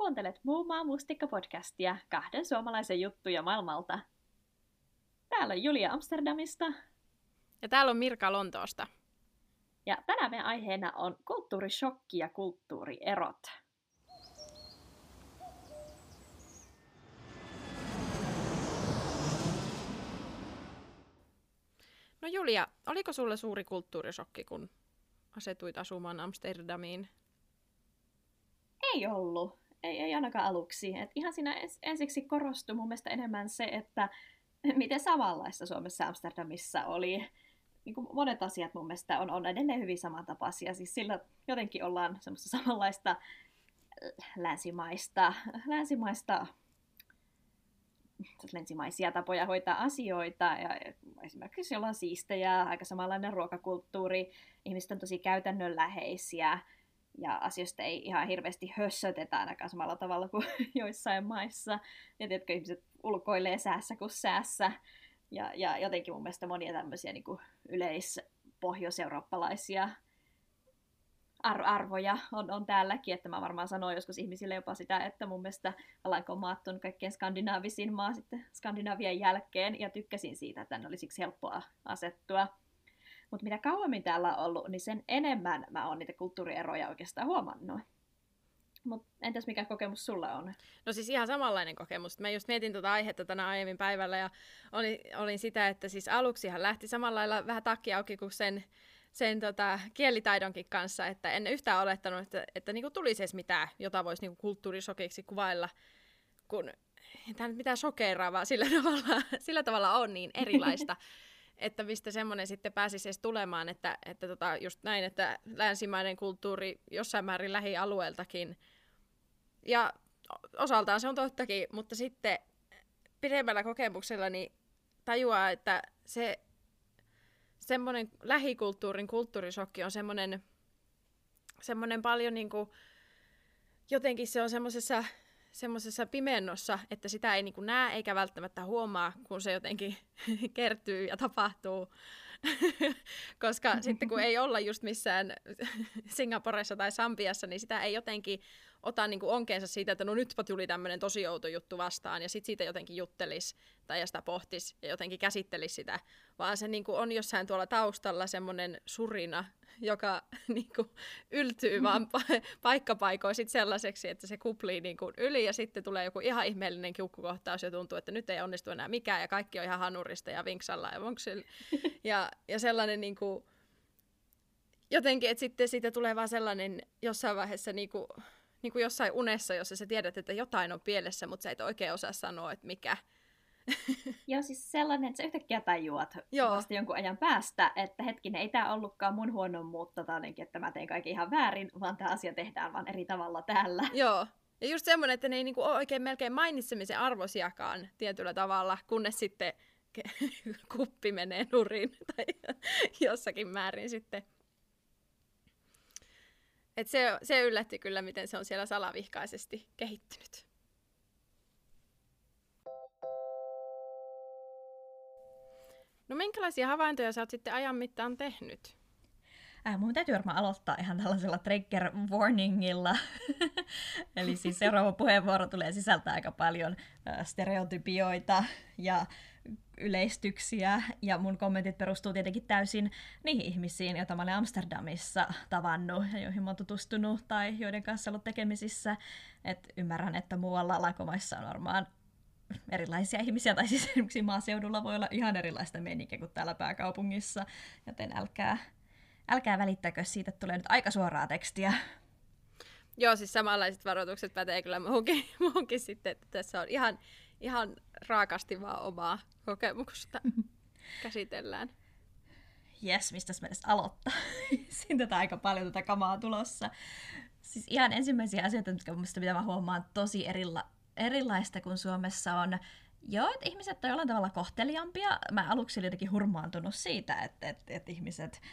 Kuuntelet Muumaa Mustikka-podcastia, kahden suomalaisen juttuja maailmalta. Täällä on Julia Amsterdamista. Ja täällä on Mirka Lontoosta. Ja tänään meidän aiheena on kulttuurishokki ja kulttuurierot. No Julia, oliko sulle suuri kulttuurishokki, kun asetuit asumaan Amsterdamiin? Ei ollut. Ei ainakaan aluksi. Et ihan siinä ensiksi korostui mun mielestä enemmän se, että miten samanlaista Suomessa Amsterdamissa oli. Niin kuin monet asiat mun mielestä on edelleen hyvin samantapaisia. Siis sillä jotenkin ollaan semmoista samanlaista länsimaisia tapoja hoitaa asioita. Ja esimerkiksi ollaan siistejä, aika samanlainen ruokakulttuuri. Ihmiset on tosi käytännönläheisiä. Ja asioista ei ihan hirveästi hössötetä ainakaan samalla tavalla kuin joissain maissa. Ja tiedätkö, ihmiset ulkoilee säässä kuin säässä. Ja jotenkin mun mielestä monia tämmöisiä niin kuin yleispohjoiseurooppalaisia arvoja on täälläkin. Että mä varmaan sanoin joskus ihmisille jopa sitä, että mun mielestä Alankomaat on kaikkein skandinaavisin maa sitten Skandinavian jälkeen. Ja tykkäsin siitä, että tänne oli siksi helppoa asettua. Mutta mitä kauemmin täällä on ollut, niin sen enemmän mä oon niitä kulttuurieroja oikeastaan huomannut. Mutta entäs mikä kokemus sulla on? No siis ihan samanlainen kokemus. Mä just mietin tuota aihetta tänä aiemmin päivällä ja olin sitä, että siis aluksihan lähti samalla lailla vähän takki auki kuin sen kielitaidonkin kanssa, että en yhtään olettanut, että niinku tulisi edes mitään, jota voisi niinku kulttuurishokiksi kuvailla, kun tämä nyt mitään shokeeraavaa sillä tavalla on niin erilaista. Että mistä semmoinen sitten pääsisi edes tulemaan, että just näin, että länsimainen kulttuuri jossain määrin lähialueeltakin. Ja osaltaan se on tottakin, mutta sitten pidemmällä kokemuksella niin tajuaa, että se semmoinen lähikulttuurin kulttuurishokki on semmoinen paljon niin kuin, jotenkin se on semmoisessa pimennossa, että sitä ei niin kuin näe eikä välttämättä huomaa, kun se jotenkin kertyy ja tapahtuu. Koska sitten kun ei olla just missään Singaporessa tai Sambiassa, niin sitä ei jotenkin ota niin kuin onkeensa siitä, että no nytpä tuli tämmöinen tosi outo juttu vastaan, ja sitten siitä jotenkin juttelisi tai sitä pohtisi ja jotenkin käsittelisi sitä, vaan se niin kuin on jossain tuolla taustalla semmoinen surina, joka niin kuin yltyy vaan paikkapaikoin sit sellaiseksi, että se kuplii niin kuin yli, ja sitten tulee joku ihan ihmeellinen kiukkukohtaus, ja tuntuu, että nyt ei onnistu enää mikään, ja kaikki on ihan hanurista ja vinksalla ja vonksilla. Ja sellainen niin kuin, jotenkin, että sitten siitä tulee vaan sellainen jossain vaiheessa niin kuin jossain unessa, jossa sä tiedät, että jotain on pielessä, mutta sä et oikein osaa sanoa, että mikä. Joo, siis sellainen, että sä yhtäkkiä tajuat vasta jonkun ajan päästä, että hetkinen, ei tää ollutkaan mun huonommuutta tai ainakin, että mä tein kaiken ihan väärin, vaan tämä asia tehdään vaan eri tavalla täällä. Joo, ja just semmoinen, että ne ei niinku ole oikein melkein mainitsemisen arvosiakaan tietyllä tavalla, kunnes sitten kuppi menee nurin tai jossakin määrin sitten. Et se yllätti kyllä, miten se on siellä salavihkaisesti kehittynyt. No minkälaisia havaintoja sä oot sitten ajan mittaan tehnyt? Mun täytyy varmaan aloittaa ihan tällaisella trigger warningilla. Eli siis seuraava puheenvuoro tulee sisältää aika paljon stereotypioita ja yleistyksiä, ja mun kommentit perustuu tietenkin täysin niihin ihmisiin, joita mä olen Amsterdamissa tavannut ja joihin mä oon tutustunut tai joiden kanssa ollut tekemisissä. Et ymmärrän, että muualla Alankomaissa on varmaan erilaisia ihmisiä, tai siis esimerkiksi maaseudulla voi olla ihan erilaista meininkiä kuin täällä pääkaupungissa, joten älkää välittäkö, siitä tulee nyt aika suoraa tekstiä. Joo, siis samanlaiset varoitukset pätee kyllä muuhunkin sitten, että tässä on ihan raakasti vaan omaa kokemusta käsitellään. Jes, mistä me edes aloittaa? Siinä on aika paljon tätä kamaa tulossa. Siis ihan ensimmäisiä asioita, mitkä mun mitä mä huomaan tosi erilaista kuin Suomessa on. Joo, että ihmiset on jollain tavalla kohteliampia. Mä aluksi olin jotenkin hurmaantunut siitä, että ihmiset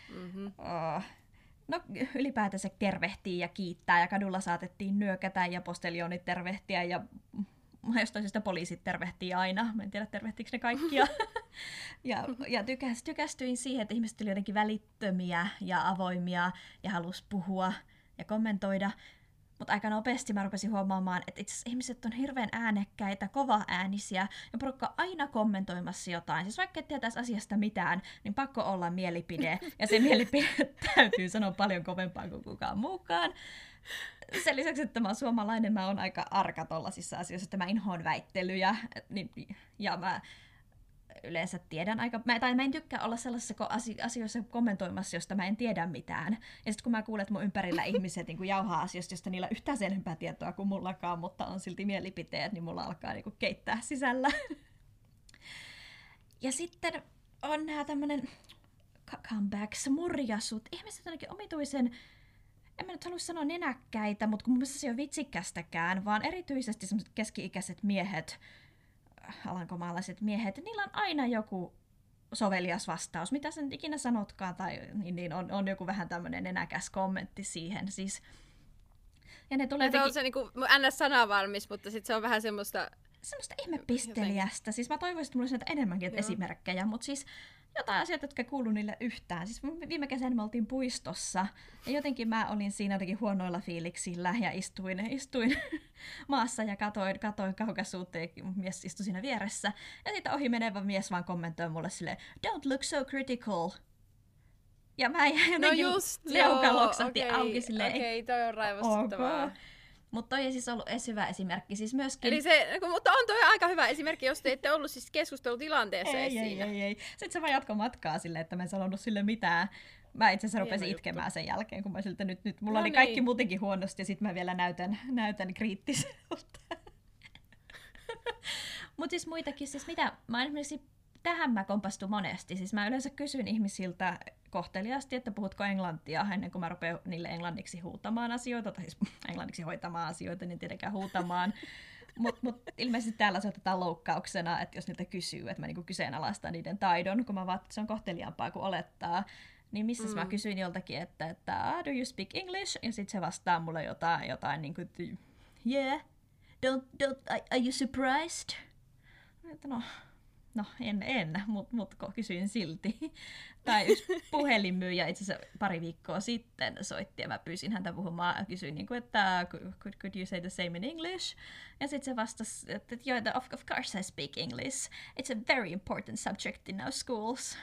ylipäätänsä tervehtii ja kiittää, ja kadulla saatettiin nyökätä ja posteljoonit tervehtiä, ja jostain syystä poliisit tervehtii aina. Mä en tiedä, tervehtiikö ne kaikkia. ja tykästyin siihen, että ihmiset oli jotenkin välittömiä ja avoimia ja halusi puhua ja kommentoida. Mutta aika nopeasti mä rupesin huomaamaan, että itse asiassa ihmiset on hirveän äänekkäitä, kova-äänisiä ja porukka aina kommentoimassa jotain. Siis vaikka et tietäisi asiasta mitään, niin pakko olla mielipide. Ja se mielipide täytyy sanoa paljon kovempaa kuin kukaan muukaan. Sen lisäksi, että mä oon suomalainen, mä oon aika arka tollasissa asioissa, että mä inhoon väittelyjä. Ja mä yleensä tiedän mä en tykkää olla sellaisissa asioissa kommentoimassa, josta mä en tiedä mitään. Ja sitten kun mä kuulen, että mun ympärillä ihmiset niin jauhaa asioista, josta niillä on yhtään sen enempää tietoa kuin mullakaan, mutta on silti mielipiteet, niin mulla alkaa niin keittää sisällä. Ja sitten on nämä tämmönen comebacks, murjasut. Ihmiset on ainakin omituisen, en mä nyt halua sanoa nenäkkäitä, mutta kun mun mielestä se ei ole vitsikästäkään, vaan erityisesti sellaiset keski-ikäiset miehet, alankomaalaiset miehet, niillä on aina joku sovelias vastaus, mitä sen ikinä sanotkaan, tai niin on joku vähän tämmöinen nenäkäs kommentti siihen. Siis, ja ne tulee on se niinku NS-sana valmis, mutta sitten se on vähän semmoista ihmepisteliästä. Siis mä toivoisin, että mulla olisi näitä enemmänkin esimerkkejä, mutta siis jotain asioita, jotka ei kuulu niille yhtään. Siis viime kesänä me oltiin puistossa, ja jotenkin mä olin siinä jotenkin huonoilla fiiliksillä, ja istuin maassa ja katoin kaukaisuutta, ja mies istui siinä vieressä. Ja siitä ohi menevä mies vaan kommentoi mulle silleen, "Don't look so critical." Ja mä jotenkin leuka loksahti auki silleen. Okei, toi on raivostuttavaa. Okay. Mutta toi ei siis ollut edes hyvä esimerkki. Siis myöskin... mutta on toi aika hyvä esimerkki, jos te ette ollut siis keskustelutilanteessa siinä. Ei. Sitten se vaan jatkoi matkaa silleen, että mä en sanonut sille mitään. Mä itse asiassa rupesin itkemään sen jälkeen, kun mä siltä nyt mulla oli kaikki muutenkin huonosti ja sit mä vielä näytän kriittiseltä. Mutta siis muitakin, siis mitä, mä esimerkiksi tähän mä kompastun monesti. Siis mä yleensä kysyn ihmisiltä kohteliaasti, että puhutko englantia, ennen kuin mä rupean niille englanniksi huutamaan asioita, tai siis englanniksi hoitamaan asioita, niin tietenkään huutamaan. Mutta ilmeisesti täällä se otetaan loukkauksena, että jos niiltä kysyy, että mä niinku kyseenalaistan niiden taidon, kun mä vaan, että se on kohteliaampaa kuin olettaa. Niin missä mä kysyin joltakin, että do you speak English? Ja sitten se vastaa mulle jotain niin kuin, yeah, are you surprised? Että no en, mutta kysyin silti. Tai yksi puhelinmyyjä itse asiassa pari viikkoa sitten soitti ja mä pyysin häntä puhumaan. Kysyin, niin kuin, että could you say the same in English? Ja sitten se vastasi, että of course I speak English. It's a very important subject in our schools.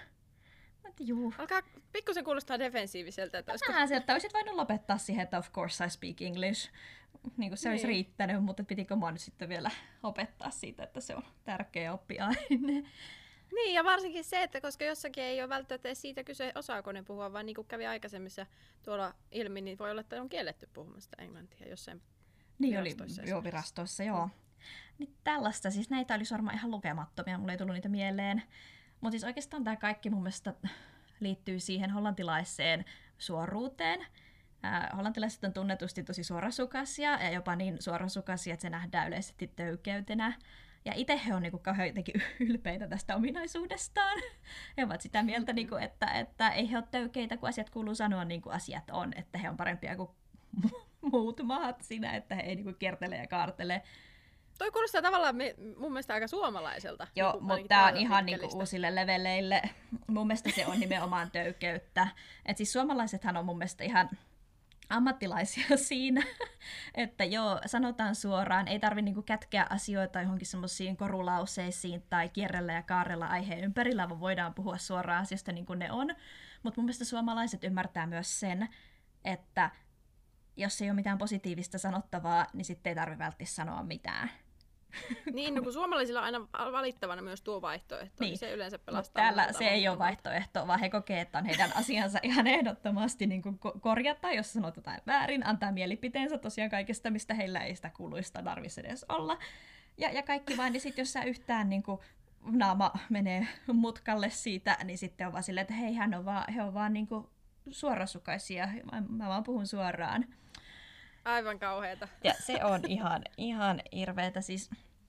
Alkaa pikkusen kuulostaa defensiiviseltä. Vähän sieltä olisit voinut lopettaa siihen, että of course I speak English. Niin kuin se olisi riittänyt, mutta pitikö mua nyt sitten vielä opettaa siitä, että se on tärkeä oppiaine. Niin, ja varsinkin se, että koska jossakin ei ole välttämättä siitä kyse, osaako ne puhua, vaan niin kuin kävi aikaisemmissa tuolla ilmi, niin voi olla, että on kielletty puhumasta englantia jossain virastoissa. Niin oli, virastoissa, joo. Niin tällaista, siis näitä olisi varmaan ihan lukemattomia, mulle ei tullut niitä mieleen. Mutta siis oikeastaan tämä kaikki mun mielestä liittyy siihen hollantilaiseen suoruuteen. Hollantilaiset on tunnetusti tosi suorasukaisia ja jopa niin suorasukaisia, että se nähdään yleisesti töykeytenä. Ja itse he on niinku kauhean jotenkin ylpeitä tästä ominaisuudestaan. He ovat sitä mieltä, niinku, että ei he ole töykeitä, kun asiat kuuluu sanoa niin kuin asiat on. Että he on parempia kuin muut maat siinä, että he ei niinku kiertele ja kaartele. Toi kuulostaa tavallaan mun mielestä aika suomalaiselta. Joo, mutta tämä on ihan niinku uusille leveleille. Mun mielestä se on nimenomaan töykeyttä. Et siis suomalaisethan on mun mielestä ihan ammattilaisia siinä, että joo, sanotaan suoraan, ei tarvitse niinku kätkeä asioita johonkin semmoisiin korulauseisiin tai kierrellä ja kaarella aiheen ympärillä, vaan voidaan puhua suoraan asiasta niin kuin ne on. Mutta mun mielestä suomalaiset ymmärtää myös sen, että jos ei ole mitään positiivista sanottavaa, niin sitten ei tarvitse välttämättä sanoa mitään. Niin, no kun suomalaisilla on aina valittavana myös tuo vaihtoehto, niin se yleensä pelastaa. Täällä se ei ole vaihtoehto, vaan he kokee, että on heidän asiansa ihan ehdottomasti niin kuin korjata, jos sanot jotain väärin, antaa mielipiteensä tosiaan kaikesta, mistä heillä ei sitä kuluista tarvitsisi edes olla. Ja kaikki vaan, niin sitten jos sä yhtään niin kuin naama menee mutkalle siitä, niin sitten on vaan silleen, että hei, he on vaan niin kuin suorasukaisia, mä vaan puhun suoraan. Aivan kauheeta. Ja se on ihan hirveetä siis.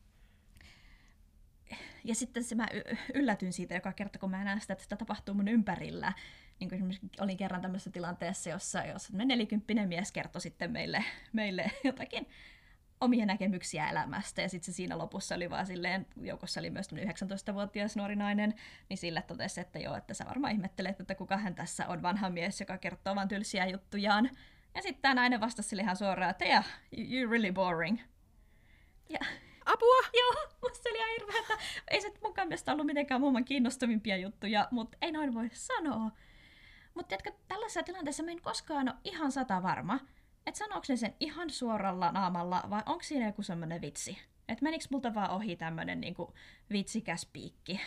Ja sitten mä yllätyin siitä joka kerta, kun mä näen sitä, että sitä tapahtuu mun ympärillä. Niin kuin olin kerran tämmöisessä tilanteessa, jossa 40 mies kertoi sitten meille jotakin omia näkemyksiä elämästä. Ja sitten se siinä lopussa oli vaan silleen, joukossa oli myös 19-vuotias nuori nainen, niin sille totesi, että joo, että sä varmaan ihmettelet, että kuka hän tässä on vanha mies, joka kertoo vaan tylsiä juttujaan. Ja sitten tämä nainen vastasi sille ihan suoraan, että yeah, you're really boring. Ja Apua! joo, musta se oli ihan hirveä, että ei se munkaan mielestä ollut mitenkään maailman kiinnostavimpia juttuja, mutta ei noin voi sanoa. Mutta tiedätkö, tällaisessa tilanteessa mä en koskaan ole ihan 100 varma, että sanooko ne sen ihan suoralla naamalla vai onko siinä joku semmoinen vitsi. Että menikö multa vaan ohi tämmönen niinku vitsikäs piikki.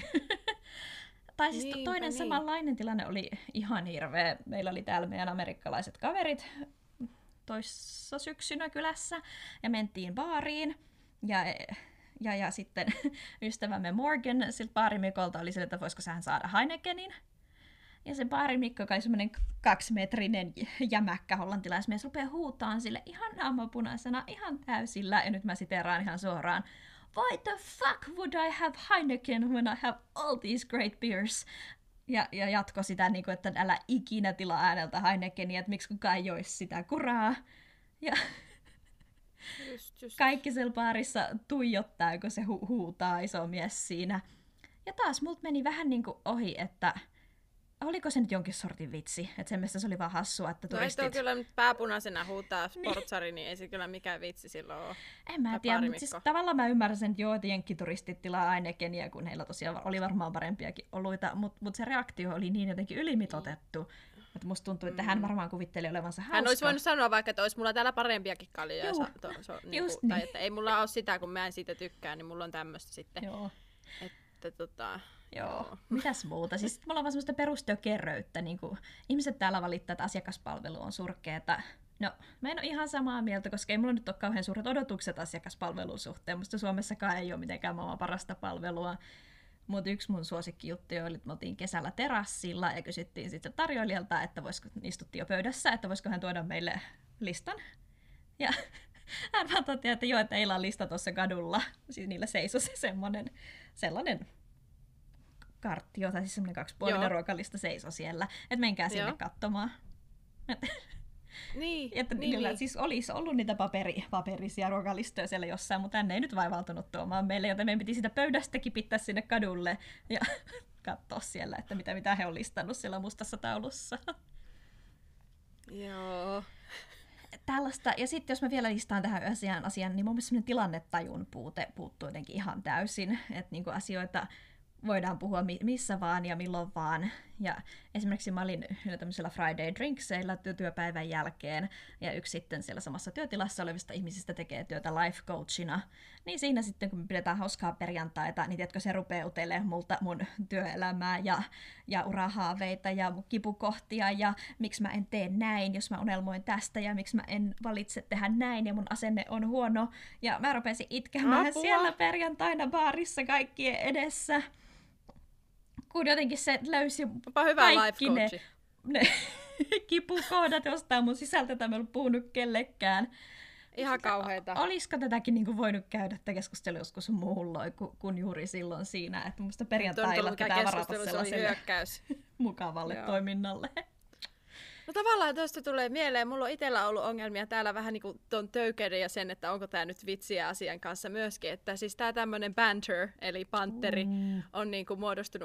Tai siis toinen samanlainen tilanne oli ihan hirveä. Meillä oli täällä meidän amerikkalaiset kaverit toissa syksynä kylässä ja mentiin baariin. Ja sitten ystävämme Morgan siltä baarimikolta oli sille, että voisiko sähän saada Heinekenin. Ja se baarimikko, joka oli semmoinen 2-metrinen jämäkkä hollantilaismies, rupeaa huutaan sille ihan naamapunaisena, ihan täysillä. Ja nyt mä siteraan ihan suoraan. Why the fuck would I have Heineken when I have all these great beers? Ja jatko sitä, niin kuin, että älä ikinä tilaa ääneltä Heinekenia, että miksi kukaan ei joisi sitä kuraa. Ja just. kaikki siellä baarissa tuijottaa, kun se huutaa iso mies siinä. Ja taas multa meni vähän niin kuin ohi, että oliko se nyt jonkin sortin vitsi? Että sen mielestä se oli vaan hassua, että turistit... No ei kyllä nyt pääpunaisena huutaa sportsari, niin ei se kyllä mikään vitsi silloin ole. En mä tiedä, mutta siis tavallaan mä ymmärrän, että joo, että jenkkituristit tilaa Heinekeniä, kun heillä tosiaan oli varmaan parempiakin oluita, mutta se reaktio oli niin jotenkin ylimitoitettu. Että musta tuntui, että hän varmaan kuvitteli olevansa hauska. Hän olisi voinut sanoa vaikka, että olisi mulla täällä parempiakin kaljoja. Just tai niin. että ei mulla ole sitä, kun mä en siitä tykkää, niin mulla on tämmöistä sitten. Joo. Että Joo. Mitäs muuta? Siis mulla on vaan semmoista perustyökerröyttä. Niin ihmiset täällä valittaa, että asiakaspalvelu on surkeeta. No, mä en ole ihan samaa mieltä, koska ei mulla nyt ole kauhean suuret odotukset asiakaspalvelun suhteen. Musta Suomessakaan ei ole mitenkään maailman parasta palvelua. Mutta yksi mun suosikkijuttu oli, että me oltiin kesällä terassilla ja kysyttiin sitten tarjoilijalta, että istuttiin jo pöydässä, että voisiko hän tuoda meille listan. Ja hän vaan toteaa, että joo, että teillä on lista tuossa kadulla. Siis niillä seisoi se sellainen kartti, jota siis semmoinen 2,5 ruokalista seisoi siellä. Että menkää sinne katsomaan. Niin, että niillä siis olisi ollut niitä paperisia ruokalistoja siellä jossain, mutta tänne ei nyt vaivautunut tuomaan meille, joten meidän piti siitä pöydästäkin pitää sinne kadulle ja katsoa siellä, että mitä he on listannut siellä mustassa taulussa. Joo. Tällaista. Ja sitten jos mä vielä listaan tähän asiaan, niin mun mielestä semmoinen tilannetajun puute puuttuu jotenkin ihan täysin, että niinku asioita voidaan puhua missä vaan ja milloin vaan. Ja esimerkiksi mä olin tämmöisellä Friday Drinkseillä työpäivän jälkeen, ja yksi sitten siellä samassa työtilassa olevista ihmisistä tekee työtä life coachina. Niin siinä sitten, kun me pidetään hauskaa perjantaita, niin tiedätkö, se rupeaa utelemaan multa mun työelämää ja urahaaveita ja kipukohtia ja miksi mä en tee näin, jos mä unelmoin tästä ja miksi mä en valitse tehdä näin ja mun asenne on huono. Ja mä rupesin itkemään siellä perjantaina baarissa kaikkien edessä. Kun jotenkin se löysi kaikki ne kipukohdat jostain mun sisältä, jota mä en ollut puhunut kellekään. Ihan kauheita. Olisiko tätäkin niinku voinut käydä tätä keskustelua joskus muulloin kuin juuri silloin siinä, että musta perjantai-illat pitää varata sellaiselle mukavalle toiminnalle. No tavallaan tuosta tulee mieleen, mulla on itsellä ollut ongelmia täällä vähän niin kuin ton töykeiden ja sen, että onko tämä nyt vitsiä asian kanssa myöskin, että siis tämä tämmöinen banter, eli panteri, on niin kuin muodostunut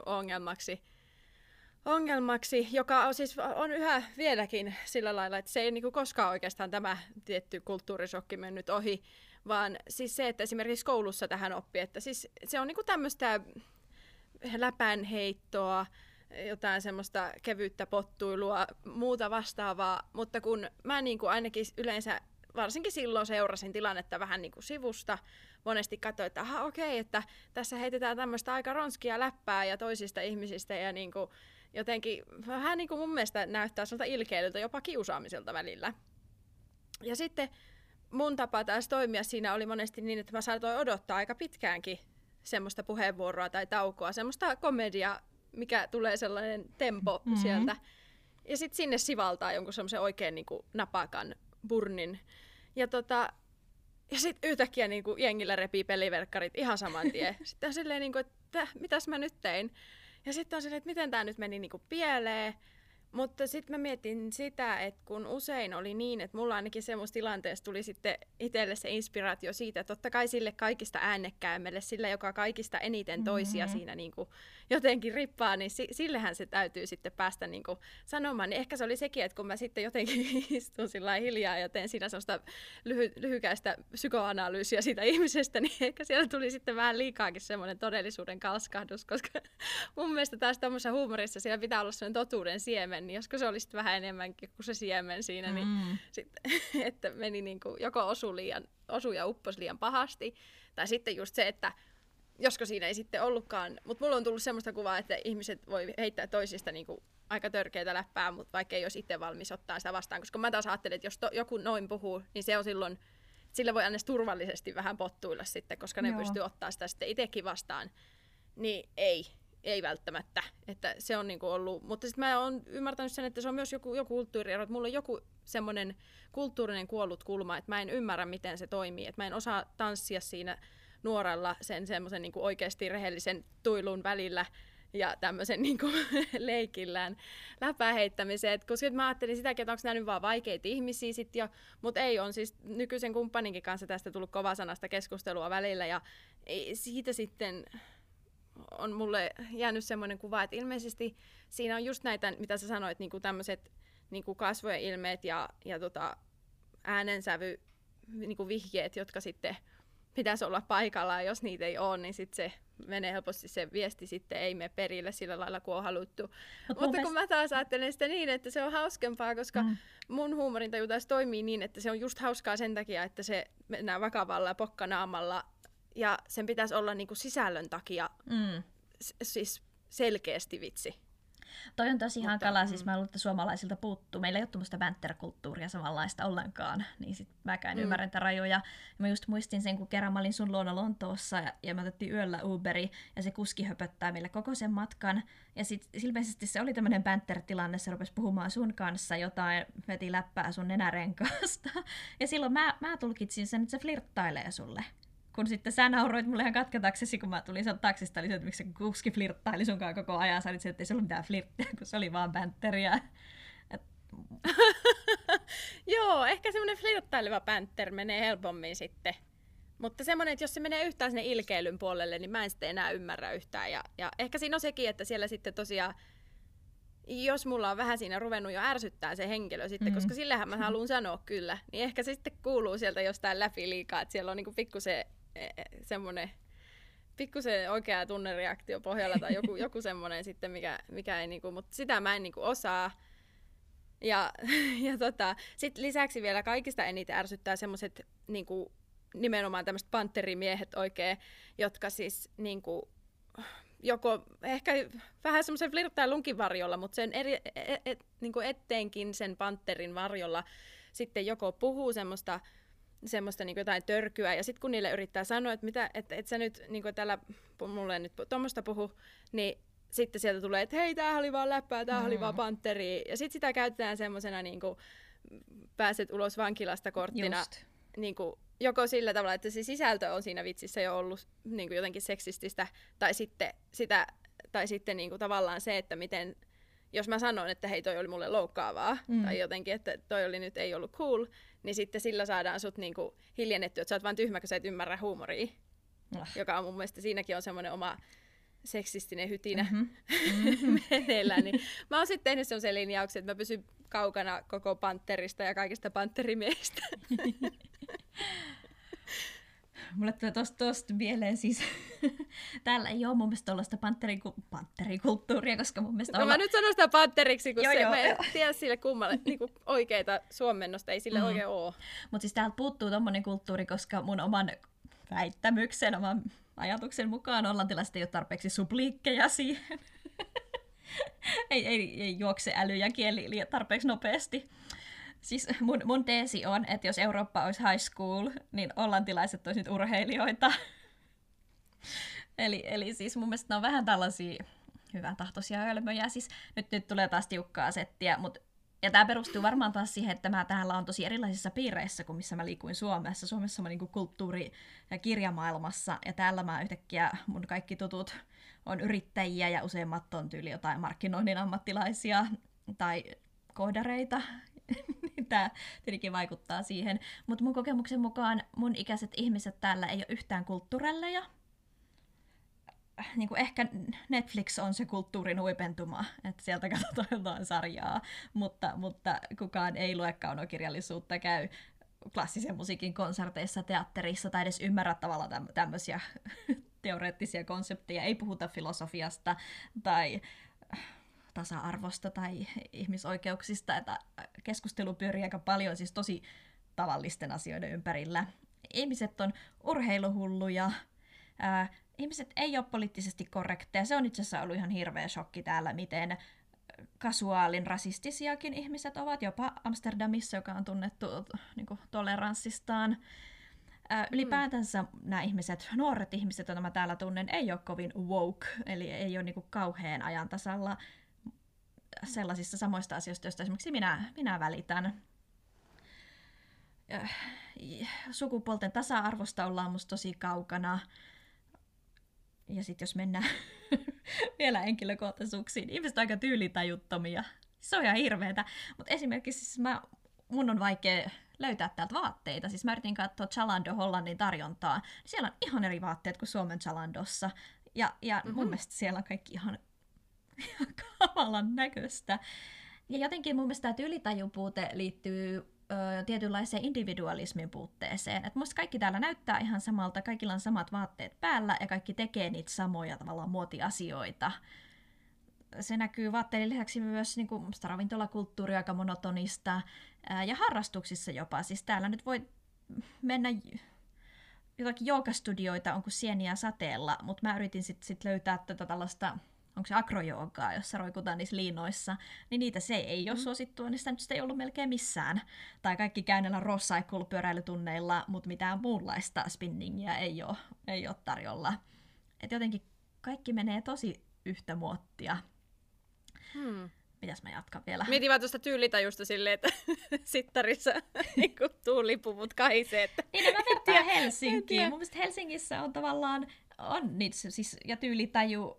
ongelmaksi, joka on siis on yhä vieläkin sillä lailla, että se ei niin kuin koskaan oikeastaan tämä tietty kulttuurisokki mennyt ohi, vaan siis se, että esimerkiksi koulussa tähän oppii, että siis se on niin kuin tämmöistä läpänheittoa, jotain semmoista kevyyttä pottuilua, muuta vastaavaa, mutta kun mä niin kuin ainakin yleensä, varsinkin silloin seurasin tilannetta vähän niin kuin sivusta, monesti katsoin, että okei, että tässä heitetään tämmöistä aika ronskia läppää ja toisista ihmisistä ja niin kuin jotenkin vähän niin kuin mun mielestä näyttää siltä ilkeilyltä, jopa kiusaamiselta välillä. Ja sitten mun tapa taas toimia siinä oli monesti niin, että mä saatoin odottaa aika pitkäänkin semmoista puheenvuoroa tai taukoa, semmoista komediaa, mikä tulee sellainen tempo sieltä. Ja sitten sinne sivaltaa jonkun semmoisen oikein niin kuin napakan burnin. Ja sitten yhtäkkiä niin kuin jengillä repii peliverkkarit ihan saman tien. Sitten on silleen, niin kuin, että mitäs mä nyt tein? Ja sitten on silleen, että miten tämä nyt meni niin kuin pieleen. Mutta sitten mä mietin sitä, että kun usein oli niin, että mulla ainakin semmoista tilanteessa tuli sitten itselle se inspiraatio siitä, että totta kai sille kaikista äänekkäämmelle, sille joka kaikista eniten toisia siinä niin kuin jotenkin rippaa, niin sillehän se täytyy sitten päästä niin kuin sanomaan. Niin ehkä se oli sekin, että kun mä sitten jotenkin istun sillä hiljaa ja teen siinä semmoista lyhykäistä psykoanalyysiä siitä ihmisestä, niin ehkä siellä tuli sitten vähän liikaakin semmoinen todellisuuden kalskahdus, koska mun mielestä taas tuommoisessa huumorissa siellä pitää olla semmoinen totuuden siemen, niin joskus se olisi vähän enemmänkin kuin se siemen siinä, niin sitten, että meni niin kuin, joko osui ja upposi liian pahasti, tai sitten just se, että josko siinä ei sitten ollutkaan, mutta mulla on tullut semmoista kuvaa, että ihmiset voi heittää toisista niin kuin aika törkeitä läppää, mutta vaikka ei olisi itse valmis ottaa sitä vastaan, koska mä taas ajattelen, että jos joku noin puhuu, niin se on silloin, sillä voi aina turvallisesti vähän pottuilla sitten, koska ne pystyy ottaa sitä sitten itsekin vastaan, niin ei välttämättä, että se on niinku ollut, mutta sitten mä oon ymmärtänyt sen, että se on myös joku kulttuuriero, että mulla on joku semmoinen kulttuurinen kuollut kulma, että mä en ymmärrä, miten se toimii, että mä en osaa tanssia siinä nuoralla sen semmoisen niinku oikeasti rehellisen tuilun välillä ja tämmöisen niinku leikillään läpäheittämiseen, koska mä ajattelin sitäkin, että onko nämä nyt vaan vaikeita ihmisiä sit jo, mutta ei, on siis nykyisen kumppaninkin kanssa tästä tullut kovasanasta keskustelua välillä ja siitä sitten on mulle jäänyt semmoinen kuva, että ilmeisesti siinä on just näitä, mitä sä sanoit, niinku tämmöiset niinku kasvojen ilmeet ja äänensävy niinku vihjeet, jotka sitten pitäisi olla paikallaan, jos niitä ei ole, niin sitten se menee helposti se viesti sitten ei mene perille sillä lailla, kuin on haluttu. Mutta kun mä taas ajattelen sitä niin, että se on hauskempaa, koska mun huumorintaju taas toimii niin, että se on just hauskaa sen takia, että se mennään vakavalla ja pokkanaamalla ja sen pitäisi olla niinku sisällön takia siis selkeästi vitsi. Toi on tosi hankalaa, siis mä luulen, että suomalaisilta puuttuu. Meillä ei ole tuommoista banter-kulttuuria samanlaista ollenkaan, niin sit mäkään ymmärrän tätä rajoja. Mä just muistin sen, kun kerran mä olin sun luona Lontoossa ja me otettiin yöllä Uberi ja se kuski höpöttää meille koko sen matkan. Ja sit ilmeisesti se oli tämmönen banter-tilanne, se rupesi puhumaan sun kanssa jotain, veti läppää sun nenärenkaasta. Ja silloin mä tulkitsin sen, että se flirttailee sulle. Kun sitten sä nauroit mulle ihan katketaksesi, kun mä tulin sieltä taksista, eli se, että miksi se kuski flirttaili sunkaan koko ajan. Sä olit se, että ei se ollut mitään flirttiä, kun se oli vaan bänteriä. Joo, ehkä semmoinen flirttaileva bänter menee helpommin sitten. Mutta semmoinen, että jos se menee yhtään sinne ilkeilyn puolelle, niin mä en sitten enää ymmärrä yhtään. Ja ehkä siinä on sekin, että siellä sitten tosiaan, jos mulla on vähän siinä ruvennut jo ärsyttää se henkilö sitten, koska sillähän mä haluan sanoa kyllä, niin ehkä se sitten kuuluu sieltä jostain läpi liikaa, että siellä on niinku pikkusen semmoinen pikkusen oikea tunnereaktio pohjalla tai joku semmoinen sitten, mikä ei niinku, mutta sitä mä en niinku osaa. Ja sitten lisäksi vielä kaikista eniten ärsyttää semmoiset niinku, nimenomaan tämmöiset panterimiehet oikein, jotka siis niinku, joko ehkä vähän semmoisen flirttailunkin varjolla, mutta sen niinku etteenkin sen panterin varjolla sitten joko puhuu semmoista niin jotain törkyä, ja sitten kun niille yrittää sanoa, että et sä nyt niin täällä mulle nyt tuommoista puhu, niin sitten sieltä tulee, että hei, tää oli vaan läppää, tää oli vaan panteri, ja sitten sitä käytetään semmoisena niin pääset ulos vankilasta korttina, niin kuin, joko sillä tavalla, että se sisältö on siinä vitsissä jo ollut niin kuin jotenkin seksististä, tai sitten niin kuin tavallaan se, että miten, jos mä sanon, että hei, toi oli mulle loukkaavaa, tai jotenkin, että toi oli nyt ei ollut cool, niin sitten sillä saadaan sut niinku hiljennettyä, että sä oot vaan tyhmä, kun sä et ymmärrä huumoria. Joka on mun mielestä, siinäkin on semmoinen oma seksistinen hytinä meneillään. Niin mä oon sitten tehnyt semmoisen linjauksen, että mä pysyn kaukana koko panterista ja kaikista panterimiehistä. Mulle tulee tosta mieleen siis, täällä ei ole mun mielestä tollaista panterikulttuuria, koska mun mielestä mä nyt sanon sitä panteriksi, kun mä en tiedä sille kummalle niinku oikeita suomennosta, ei sille oikein oo. Mutta siis täältä puuttuu tommonen kulttuuri, koska mun oman väittämyksen, oman ajatuksen mukaan hollantilaiset ei ole tarpeeksi supliikkeja siihen. ei juokse äly ja kieli tarpeeksi nopeasti. Siis mun teesi on, että jos Eurooppa olisi high school, niin hollantilaiset olisivat urheilijoita. eli siis mun mielestä ne on vähän tällaisia hyvän tahtoisia hölmöjä. Siis nyt tulee taas tiukkaa settiä, ja tämä perustuu varmaan taas siihen, että mä täällä on tosi erilaisissa piireissä kuin missä mä liikuin Suomessa. Suomessa mä niinku kulttuuri- ja kirjamaailmassa, ja täällä mä yhtäkkiä mun kaikki tutut on yrittäjiä, ja useimmat on tyyli jotain markkinoinnin ammattilaisia. tai koodareita. Tämä tietenkin vaikuttaa siihen. Mutta mun kokemuksen mukaan mun ikäiset ihmiset täällä ei ole yhtään kulttuurelleja. Niin kuin ehkä Netflix on se kulttuurin huipentuma, että sieltä katsotaan jotain sarjaa, mutta kukaan ei lue kaunokirjallisuutta, käy klassisen musiikin konserteissa, teatterissa tai edes ymmärrä tavallaan tämmöisiä teoreettisia konsepteja. Ei puhuta filosofiasta tai tasa-arvosta tai ihmisoikeuksista, että keskustelu pyörii aika paljon siis tosi tavallisten asioiden ympärillä. Ihmiset on urheiluhulluja, ihmiset ei ole poliittisesti korrekteja. Se on itse asiassa ollut ihan hirveä shokki täällä, miten kasuaalin rasistisiakin ihmiset ovat, jopa Amsterdamissa, joka on tunnettu niin kuin toleranssistaan. Ylipäätänsä nämä ihmiset, nuoret ihmiset, joita mä täällä tunnen, ei ole kovin woke, eli ei ole niin kuin kauhean ajan tasalla sellaisissa samoista asioista, joista esimerkiksi minä välitän. Sukupuolten tasa-arvosta ollaan musta tosi kaukana. Ja sitten jos mennään vielä henkilökohtaisuuksiin, ihmiset on aika tyylitajuttomia. Se on ihan hirveetä. Mutta esimerkiksi siis mun on vaikea löytää täältä vaatteita. Siis mä yritin katsoa Zalando Hollannin tarjontaa. Siellä on ihan eri vaatteet kuin Suomen Zalandossa. Ja mun mielestä siellä on kaikki ihan kamalan näköistä. Ja jotenkin mun mielestä tämä tyylitajupuute liittyy tietynlaiseen individualismin puutteeseen. Et musta kaikki täällä näyttää ihan samalta, kaikilla on samat vaatteet päällä ja kaikki tekee niitä samoja tavallaan muotiasioita. Se näkyy vaatteiden lisäksi myös niin kuin ravintolakulttuuri aika monotonista ja harrastuksissa jopa. Siis täällä nyt voi mennä jotakin joogastudioita, on kuin sieniä sateella, mutta mä yritin sit löytää tätä tällaista, onko se akrojoogaa, jossa roikutaan niissä liinoissa, niin niitä se ei ole suosittua, niin sitä nyt ei ollut melkein missään. Tai kaikki käy näillä Rosscycle-pyöräilytunneilla, mutta mitään muunlaista spinningiä ei ole tarjolla. Et jotenkin kaikki menee tosi yhtä muottia. Mitäs mä jatkan vielä? Mietin vaan tuosta tyylitajusta silleen, että sittarissa niin tuulipuvut kahisee. Että... Niin, mä vertaan Helsinkiin. Mun mielestä Helsingissä on tavallaan, on niitä siis, ja tyylitaju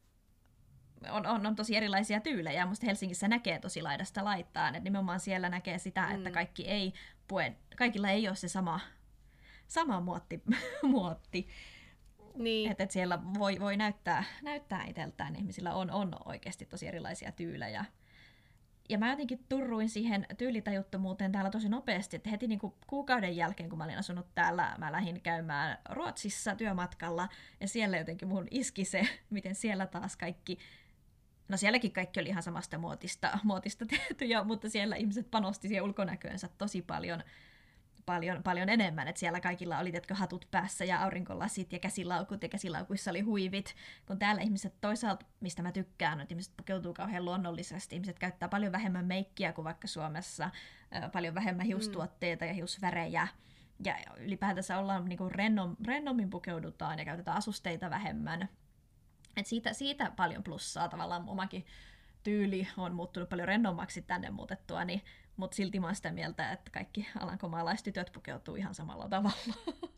on tosi erilaisia tyylejä. Musta Helsingissä näkee tosi laidasta laitaan. Et nimenomaan siellä näkee sitä, että kaikilla ei ole se sama muotti. Niin. Että siellä voi näyttää itseltään. Ihmisillä on oikeasti tosi erilaisia tyylejä. Ja mä jotenkin turruin siihen tyylitajuttomuuteen täällä tosi nopeasti, että heti niin kuin kuukauden jälkeen, kun mä olin asunut täällä, mä lähdin käymään Ruotsissa työmatkalla, ja siellä jotenkin mun iski se, miten siellä taas kaikki, no sielläkin kaikki oli ihan samasta muotista tehtyjä, mutta siellä ihmiset panosti siihen ulkonäköönsä tosi paljon enemmän, että siellä kaikilla oli hatut päässä ja aurinkolasit ja käsilaukut ja käsilaukuissa oli huivit, kun täällä ihmiset toisaalta, mistä mä tykkään, että ihmiset pukeutuu kauhean luonnollisesti, ihmiset käyttää paljon vähemmän meikkiä kuin vaikka Suomessa, paljon vähemmän hiustuotteita ja hiusvärejä ja ylipäätänsä ollaan niin kuin rennommin pukeudutaan ja käytetään asusteita vähemmän. Et siitä paljon plussaa, tavallaan omakin tyyli on muuttunut paljon rennommaksi tänne muutettuani, mutta silti mä oon sitä mieltä, että kaikki alankomaalaistytöt pukeutuu ihan samalla tavalla.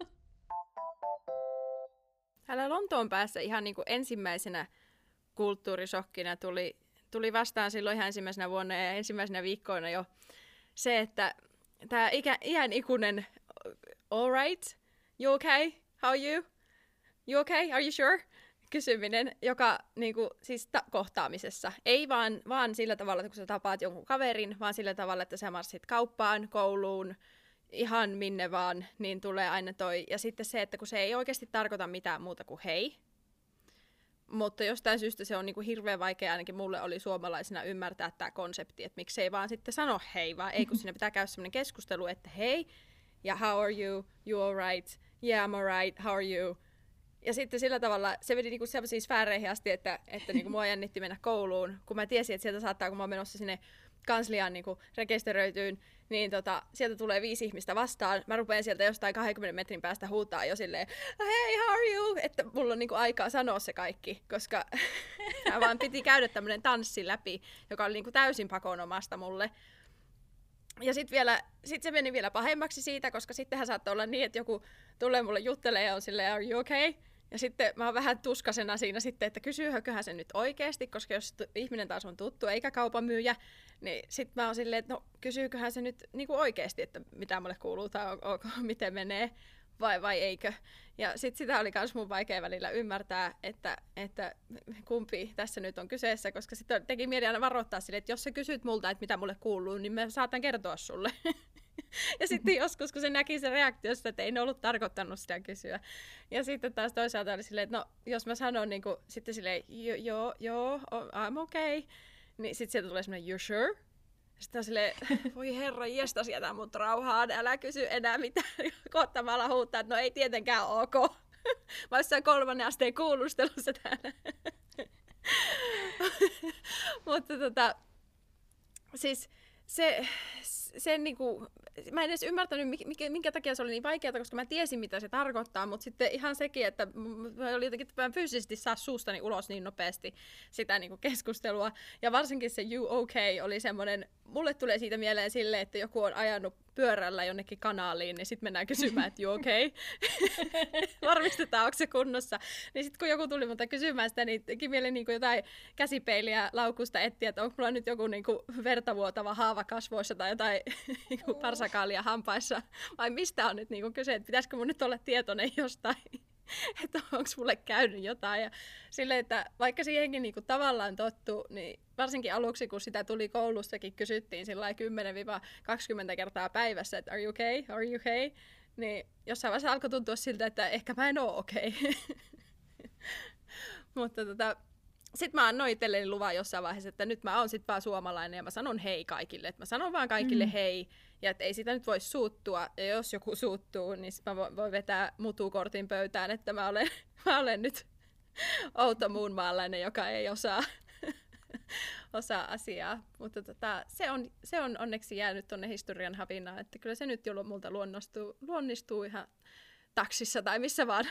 Täällä Lontoon päässä ihan niin kuin ensimmäisenä kulttuurishokkina tuli vastaan silloin ihan ensimmäisenä vuonna ja ensimmäisenä viikkoina jo se, että tämä iän ikuinen all right, you okay, how are you, you okay, are you sure? Kysyminen, joka niinku, siis kohtaamisessa. Ei vaan sillä tavalla, että kun sä tapaat jonkun kaverin, vaan sillä tavalla, että sä marssit kauppaan, kouluun, ihan minne vaan, niin tulee aina toi. Ja sitten se, että kun se ei oikeasti tarkoita mitään muuta kuin hei, mutta jostain syystä se on niinku hirveän vaikea, ainakin mulle oli suomalaisena ymmärtää tämä konsepti, että miksei vaan sitten sano hei, vaan ei kun siinä pitää käydä sellainen keskustelu, että hei, ja how are you, you alright, yeah I'm alright, how are you? Ja sitten sillä tavalla se meni niinku sellaisiin sfääreihin asti, että niinku mua jännitti mennä kouluun, kun mä tiesin, että sieltä saattaa, kun mä oon menossa sinne kansliaan niinku rekisteröityyn, niin sieltä tulee 5 ihmistä vastaan. Mä rupean sieltä jostain 20 metrin päästä huutaa jo silleen, hey, how are you? Että mulla on niinku aikaa sanoa se kaikki, koska vaan piti käydä tämmönen tanssi läpi, joka oli niinku täysin pakonomasta mulle. Ja sit se meni vielä pahemmaksi siitä, koska sittenhän saattoi olla niin, että joku tulee mulle juttelee ja on silleen, are you okay? Ja sitten mä oon vähän tuskasena siinä sitten, että kysyyhököhän se nyt oikeasti, koska jos ihminen taas on tuttu eikä kaupan myyjä, niin sitten mä oon silleen, että no kysyyköhän se nyt niin kuin oikeasti, että mitä mulle kuuluu tai miten menee vai eikö. Ja sitten sitä oli myös mun vaikea välillä ymmärtää, että kumpi tässä nyt on kyseessä, koska sitten teki mieli aina varoittaa sille, että jos sä kysyt multa, että mitä mulle kuuluu, niin mä saatan kertoa sulle. Ja sitten joskus, kun se näki sen reaktiosta, että ei ne ollut tarkoittanut sitä kysyä. Ja sitten taas toisaalta oli silleen, että no, jos mä sanon niin kuin, sitten silleen, joo, I'm okay, niin sitten sieltä tulee semmoinen, you sure? Sitten on silleen, voi herra, jestas, jätä mut rauhaan, älä kysy enää mitään. Kohtamalla huuttaa, että no ei tietenkään ok. Mä jossain 3. asteen kuulustelussa täällä. Mutta siis se niinku, mä en edes ymmärtänyt, minkä takia se oli niin vaikeaa, koska mä tiesin, mitä se tarkoittaa, mutta sitten ihan sekin, että mä oli jotenkin, että mä fyysisesti saa suustani ulos niin nopeasti sitä niinku keskustelua. Ja varsinkin se you okay oli semmoinen, mulle tulee siitä mieleen silleen, että joku on ajanut pyörällä jonnekin kanaaliin, niin sitten mennään kysymään, että you okay? Varmistetaan, onko se kunnossa. Niin sitten kun joku tuli multa kysymään sitä, niin teki mieleen niin jotain käsipeiliä laukusta etsiä, että onko mulla nyt joku niin vertavuotava haava kasvoissa tai jotain niin parsakaalia hampaissa, vai mistä on nyt niin kyse, että pitäisikö mun nyt olla tietoinen jostain, että onko mulle käynyt jotain. Ja sille, että vaikka siihenkin niin tavallaan tottu, niin varsinkin aluksi, kun sitä tuli koulussakin, kysyttiin 10-20 kertaa päivässä, että are you okay, niin jossain vaiheessa alkoi tuntua siltä, että ehkä mä en oo okei. Mutta sitten mä annoin itselleni luvan jossain vaiheessa, että nyt mä oon sit vaan suomalainen ja mä sanon hei kaikille. Että mä sanon vaan kaikille hei ja että ei sitä nyt voi suuttua. Ja jos joku suuttuu, niin sit mä voin vetää mutukortin pöytään, että mä olen nyt outo muunmaalainen, joka ei osaa asiaa. Mutta se on onneksi jäänyt tonne historian havinaan, että kyllä se nyt jo multa luonnistuu ihan taksissa tai missä vaan.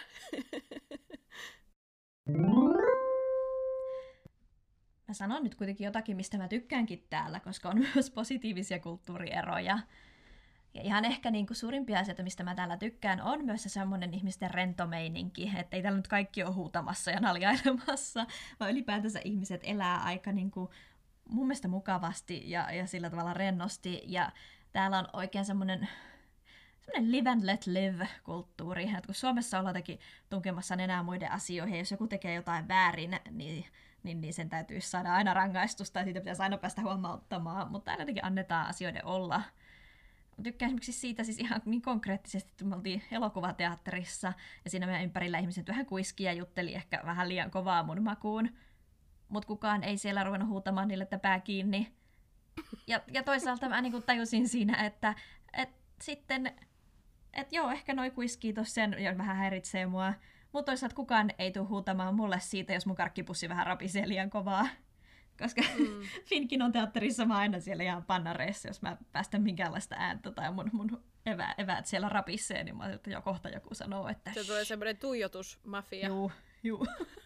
Mä sanon nyt kuitenkin jotakin, mistä mä tykkäänkin täällä, koska on myös positiivisia kulttuurieroja. Ja ihan ehkä niin kuin suurimpia asioita, mistä mä täällä tykkään, on myös se semmoinen ihmisten rentomeininki, että ei täällä nyt kaikki ole huutamassa ja naljailemassa, vaan ylipäätänsä ihmiset elää aika niin kuin mun mielestä mukavasti ja sillä tavalla rennosti. Ja täällä on oikein semmoinen live and let live-kulttuuri, että kun Suomessa ollaan jotenkin tunkemassa nenää muiden asioihin, ja jos joku tekee jotain väärin, niin sen täytyisi saada aina rangaistusta, ja siitä pitäisi aina päästä huomauttamaan, mutta täällä jotenkin annetaan asioiden olla. Tykkään esimerkiksi siitä siis ihan niin konkreettisesti, että me oltiin elokuvateatterissa, ja siinä meidän ympärillä ihmiset vähän kuiski ja jutteli ehkä vähän liian kovaa mun makuun, mutta kukaan ei siellä ruvennut huutamaan niille, että pää kiinni. Ja toisaalta mä niin tajusin siinä, että sitten, että joo, ehkä noi kuiskii tossa ja vähän häiritsee mua, mutta toisaalta kukaan ei tule huutamaan mulle siitä, jos mun karkkipussi vähän rapisee liian kovaa. Koska Finkin on teatterissa, mä aina siellä ihan pannareissa, jos mä päästän minkäänlaista ääntä tai mun eväät siellä rapisee, niin mä ajattelin, että jo kohta joku sanoo, että se tulee semmoinen tuijotusmafia. Juu.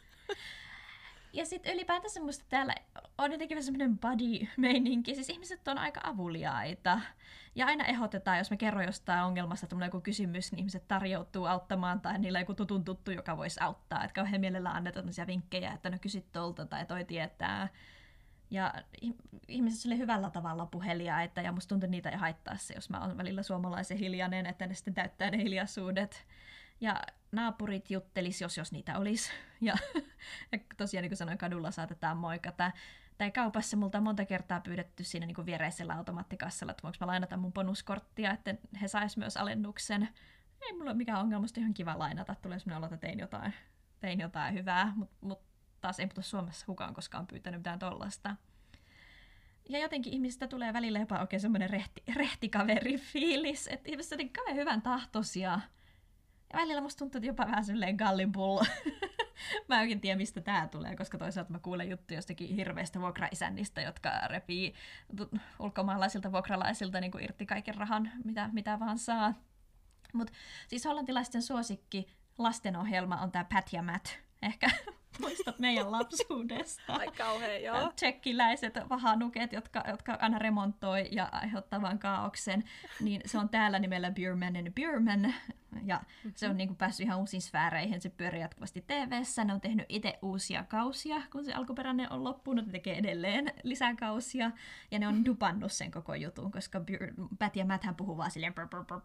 Ja sitten ylipäätänsä musta täällä on jotenkin semmoinen buddy-meininki. Siis ihmiset on aika avuliaita. Ja aina ehdotetaan, jos mä kerron jostain ongelmasta, että mulla on joku kysymys, niin ihmiset tarjoutuu auttamaan tai niillä on joku tutun tuttu, joka voisi auttaa. Että kauhean mielellä annetaan vinkkejä, että no kysyt tuolta tai toi tietää. Ja ihmiset oli hyvällä tavalla puheliaita ja musta tuntuu, niitä ei haittaa se, jos mä oon välillä suomalaisen hiljainen, että ne sitten täyttää ne hiljaisuudet. Ja naapurit juttelis, jos niitä olisi. Ja tosiaan, niin kuin sanoin, kadulla saatetaan moikata. Tai kaupassa multa on monta kertaa pyydetty siinä niin kuin viereisellä automaattikassalla, että voinko mä lainata mun bonuskorttia, että he sais myös alennuksen. Ei mulla ole mikään ongelma, musta ihan kiva lainata. Tulee semmoinen olo, että tein jotain hyvää, mutta taas ei Suomessa kukaan koskaan pyytänyt mitään tollasta. Ja jotenkin ihmisistä tulee välillä jopa oikein semmoinen rehtikaveri-fiilis, että ihmiset on kauhean hyvän tahtoisia. Ja välillä musta tuntuu, että jopa vähän silleen gallipullo. Mä en oikein tiedä, mistä tää tulee, koska toisaalta mä kuulen juttuja jostakin hirveistä vuokraisännistä, jotka repii ulkomaalaisilta vuokralaisilta niin kuin irti kaiken rahan, mitä vaan saa. Mut siis hollantilaisten suosikki lastenohjelma on tää Pat ja Matt. Ehkä Muistat meidän lapsuudesta. Ai kauhean, joo. Tsekkiläiset vahanuket, jotka aina remontoi ja aiheuttavan kaaoksen, niin se on täällä nimellä Beerman and Beerman. Ja se on niinku päässyt ihan uusiin sfääreihin, se pyörii jatkuvasti TV:ssä. Ne on tehnyt itse uusia kausia, kun se alkuperäinen on loppunut, ne tekee edelleen lisäkausia. Ja ne on dupannut sen koko jutun, koska Pat ja Matthän puhuu vaan silleen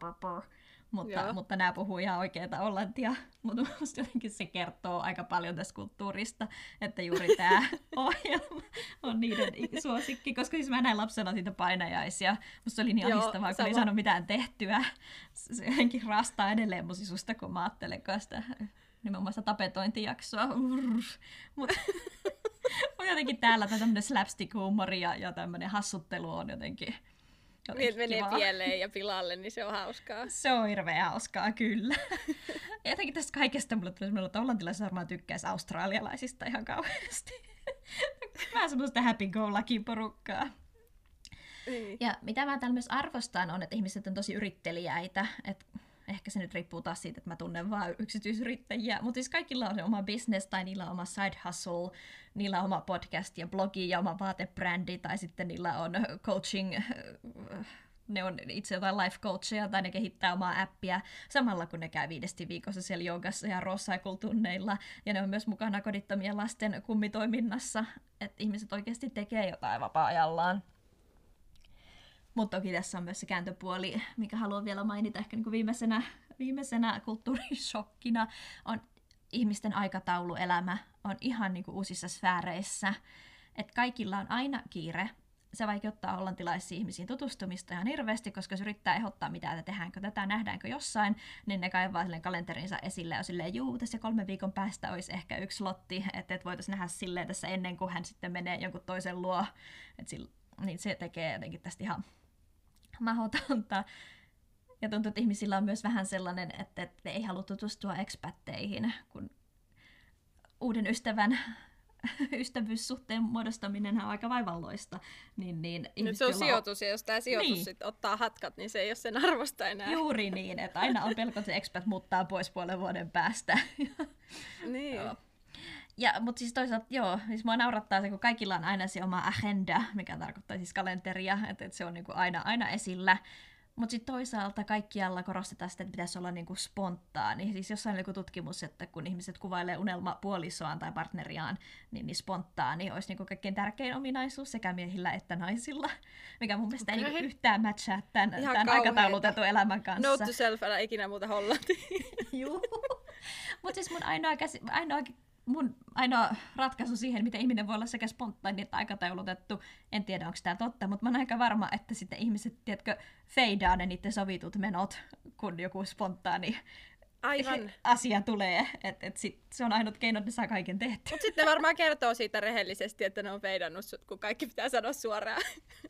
mutta nämä puhuu ihan oikeaa ollantia. Mutta musta jotenkin se kertoo aika paljon tästä kulttuurista, että juuri tämä ohjelma on niiden suosikki. Koska siis mä näin lapsena siitä painajaisia. Musta oli niin ahdistavaa, kun ei saanut mitään tehtyä. Se jotenkin rastaa edelleen mun sisusta, kun mä ajattelen sitä nimenomaan sitä tapetointijaksoa. Mutta jotenkin täällä tämmöinen slapstick-huumori ja tämmöinen hassuttelu on jotenkin niin, että menee pieleen ja pilalle, niin se on hauskaa. Se on hirveän hauskaa, kyllä. Ja jotenkin tästä kaikesta mulle tuli semmoinen, että hollantilaiset varmaan tykkäisi australialaisista ihan kauheasti. Vähän semmoista happy-go-lucky porukkaa. Ja mitä mä täällä myös arvostan on, että ihmiset on tosi yritteliäitä. Et ehkä se nyt riippuu taas siitä, että mä tunnen vaan yksityisyrittäjiä. Mutta siis kaikilla on se oma business tai niillä on oma side hustle, niillä on oma podcast ja blogi ja oma vaatebrändi tai sitten niillä on coaching, ne on itse jotain life coacheja tai ne kehittää omaa appia samalla kun ne käy 5 viikossa siellä joogassa ja raw cycle-tunneilla. Ja ne on myös mukana kodittomien lasten kummitoiminnassa, että ihmiset oikeasti tekee jotain vapaa-ajallaan. Mutta toki tässä on myös se kääntöpuoli, mikä haluan vielä mainita ehkä niin viimeisenä kulttuurishokkina, on ihmisten aikatauluelämä on ihan niin kuin uusissa sfääreissä. Että kaikilla on aina kiire. Se vaikeuttaa hollantilaisiin ihmisiin tutustumista ihan hirveästi, koska jos yrittää ehdottaa mitä, että tehdäänkö tätä, nähdäänkö jossain, niin ne kaivaa silleen kalenterinsa esille ja silleen, juu, tässä 3 viikon päästä olisi ehkä yksi slotti, että voitaisiin nähdä silleen tässä ennen kuin hän sitten menee jonkun toisen luo. Niin se tekee jotenkin tästä ihan mahdotonta. Ja tuntuu, että ihmisillä on myös vähän sellainen, että ei halua tutustua expatteihin, kun uuden ystävyyssuhteen muodostaminen on aika vaivalloista. Niin nyt se on sijoitus, ja jos tämä sijoitus sit ottaa hatkat, niin se ei ole sen arvosta enää. Juuri niin, että aina on pelko, että se expat muuttaa pois 5 vuoden päästä. Niin. Mutta siis toisaalta siis mua naurattaa se, kun kaikilla on aina se oma agenda, mikä tarkoittaa siis kalenteria, että se on niinku aina esillä. Mutta sitten toisaalta kaikkialla korostetaan sitä, että pitäisi olla niinku spontaani. Siis jossain oli joku tutkimus, että kun ihmiset kuvailee unelmapuolisoaan tai partneriaan, niin spontaani olisi niinku kaikkein tärkein ominaisuus sekä miehillä että naisilla, mikä mun mielestä ei niinku yhtään matchaa tämän aikataulutetun elämän kanssa. Note to self, älä ikinä muuta hollantiin. Juu. Mutta siis mun ainoa ratkaisu siihen, miten ihminen voi olla sekä spontaani että aikataulutettu, en tiedä onko tämä totta, mutta mä oon aika varma, että sitten ihmiset, tiedätkö, feidaa ne niiden sovitut menot, kun joku spontaani asia tulee. Se on ainut keino, että ne saa kaiken tehtyä. Mutta sitten ne varmaan kertoo siitä rehellisesti, että ne on feidannut sut, kun kaikki pitää sanoa suoraan.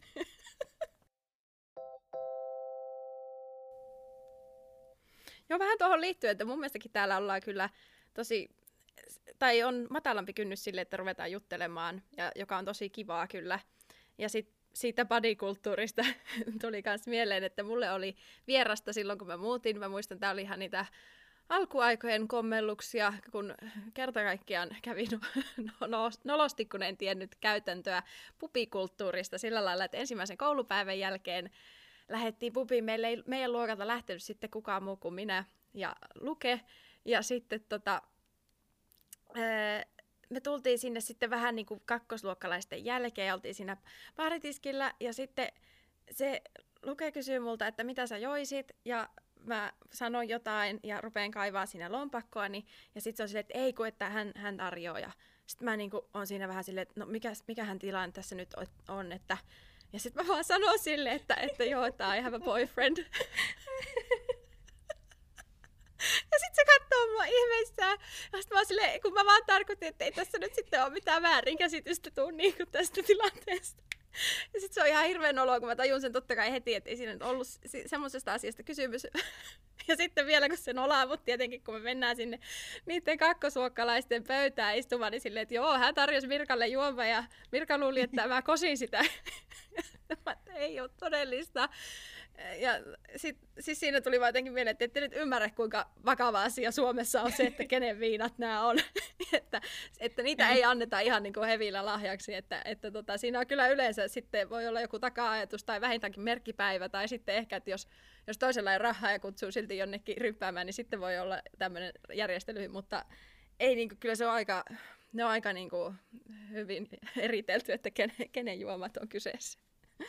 Joo, vähän tuohon liittyy, että mun mielestäkin täällä ollaan kyllä tosi, tai on matalampi kynnys sille, että ruvetaan juttelemaan, joka on tosi kivaa kyllä. Ja sitten siitä bodykulttuurista tuli myös mieleen, että mulle oli vierasta silloin, kun mä muutin. Mä muistan, että tää oli ihan niitä alkuaikojen kommelluksia, kun kerta kaikkiaan kävin nolosti, kun en tiennyt käytäntöä pubikulttuurista sillä lailla, että ensimmäisen koulupäivän jälkeen lähdettiin pubiin. Meidän luokalta lähtenyt sitten kukaan muu kuin minä ja Luke. Ja sitten me tultiin sinne sitten vähän niin kuin kakkosluokkalaisten jälkeen ja oltiin siinä baaritiskillä ja sitten se Luke kysyy multa, että mitä sä joisit ja mä sanon jotain ja rupean kaivaa siinä lompakkoani ja sitten se on silleen, että ei kun että hän tarjoaa ja sitten mä niin kuin on siinä vähän silleen, että no mikähän tilanne tässä nyt on, että ja sitten mä vaan sanon silleen, että joo, että I have a boyfriend. Ja sit se katsoo mua ihmeissään. Ja sit mä oon silleen, kun mä vaan tarkoitin, että ei tässä nyt sitten ole mitään väärinkäsitystä tuu niinku tästä tilanteesta. Ja sit se on ihan hirveän oloa, kun mä tajun sen totta kai heti, että ei siinä nyt ollut semmoisesta asiasta kysymys. Ja sitten vielä kun se nolaa mut tietenkin, kun me mennään sinne niiden kakkosluokkalaisten pöytään istumaan, niin silleen, että joo, hän tarjosi Mirkalle juomaa ja Mirka luuli, että mä kosin sitä. Ei ole todellista. Ja siis siinä tuli vaan jotenkin mieleen, että ette nyt ymmärrä, kuinka vakava asia Suomessa on se, että kenen viinat nämä on. että niitä ei anneta ihan niin kuin hevillä lahjaksi. Että siinä on kyllä yleensä sitten voi olla joku taka-ajatus tai vähintäänkin merkkipäivä. Tai sitten ehkä, että jos toisella ei rahaa ja kutsuu silti jonnekin ryppäämään, niin sitten voi olla tämmöinen järjestely. Mutta ei, niin kuin, kyllä se on aika niin kuin hyvin eritelty, että kenen juomat on kyseessä.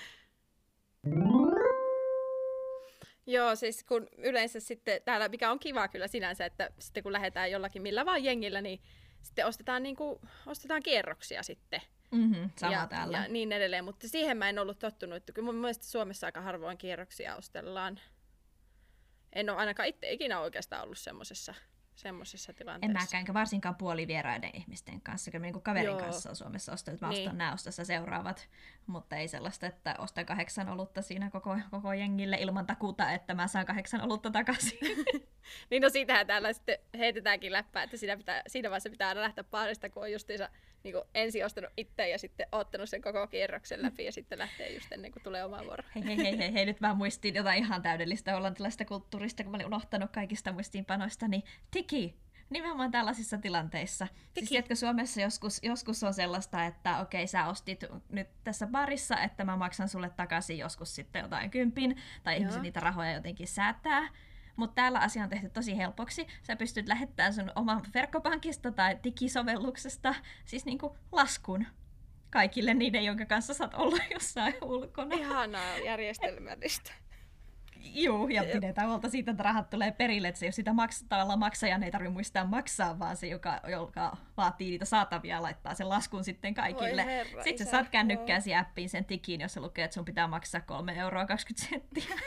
Joo, siis kun yleensä sitten täällä, mikä on kiva kyllä sinänsä, että sitten kun lähdetään jollakin millä vaan jengillä, niin sitten ostetaan kierroksia sitten. Sama täällä. Ja niin edelleen, mutta siihen mä en ollut tottunut, että kyllä mun mielestä Suomessa aika harvoin kierroksia ostellaan. En ole ainakaan itse ikinä oikeastaan ollut semmoisessa tilanteessa. En mäkään, enkä varsinkaan puolivieraiden ihmisten kanssa. Kyllä niin kaverin kanssa on Suomessa ostanut, että mä ostan nämä ostossa seuraavat, mutta ei sellaista, että ostan 8 olutta siinä koko jengille ilman takuuta, että mä saan 8 olutta takaisin. Niin no siitähän täällä sitten heitetäänkin läppää, että siinä vaiheessa pitää aina lähteä baarista, kun on justiinsa niin ensin ostanut itse ja sitten ottanut sen koko kierroksen läpi ja sitten lähtee just ennen kuin tulee oma vuoro. Hei, nyt mä muistin jotain ihan täydellistä hollantilaista kulttuurista, kun mä olin unohtanut kaikista muistiinpanoista, niin tiki! Nimenomaan tällaisissa tilanteissa. Siis tiedätkö, Suomessa joskus on sellaista, että okei, sä ostit nyt tässä barissa, että mä maksan sulle takaisin joskus sitten jotain 10, tai ihmiset niitä rahoja jotenkin säätää. Mutta täällä asia on tehty tosi helpoksi. Sä pystyt lähettämään sun oman verkkopankista tai digisovelluksesta siis niinku laskun kaikille niiden, jonka kanssa sä oot ollut jossain ulkona. Ihanaa järjestelmällistä. Juu, ja pidetään huolta siitä, että rahat tulee perille, että se jos sitä maksajan ei tarvitse muistaa maksaa, vaan se, joka vaatii niitä saatavia, laittaa sen laskun sitten kaikille. Sitten sä saat kännykkääsi appiin sen tikin, jossa lukee, että sun pitää maksaa 3,20 €.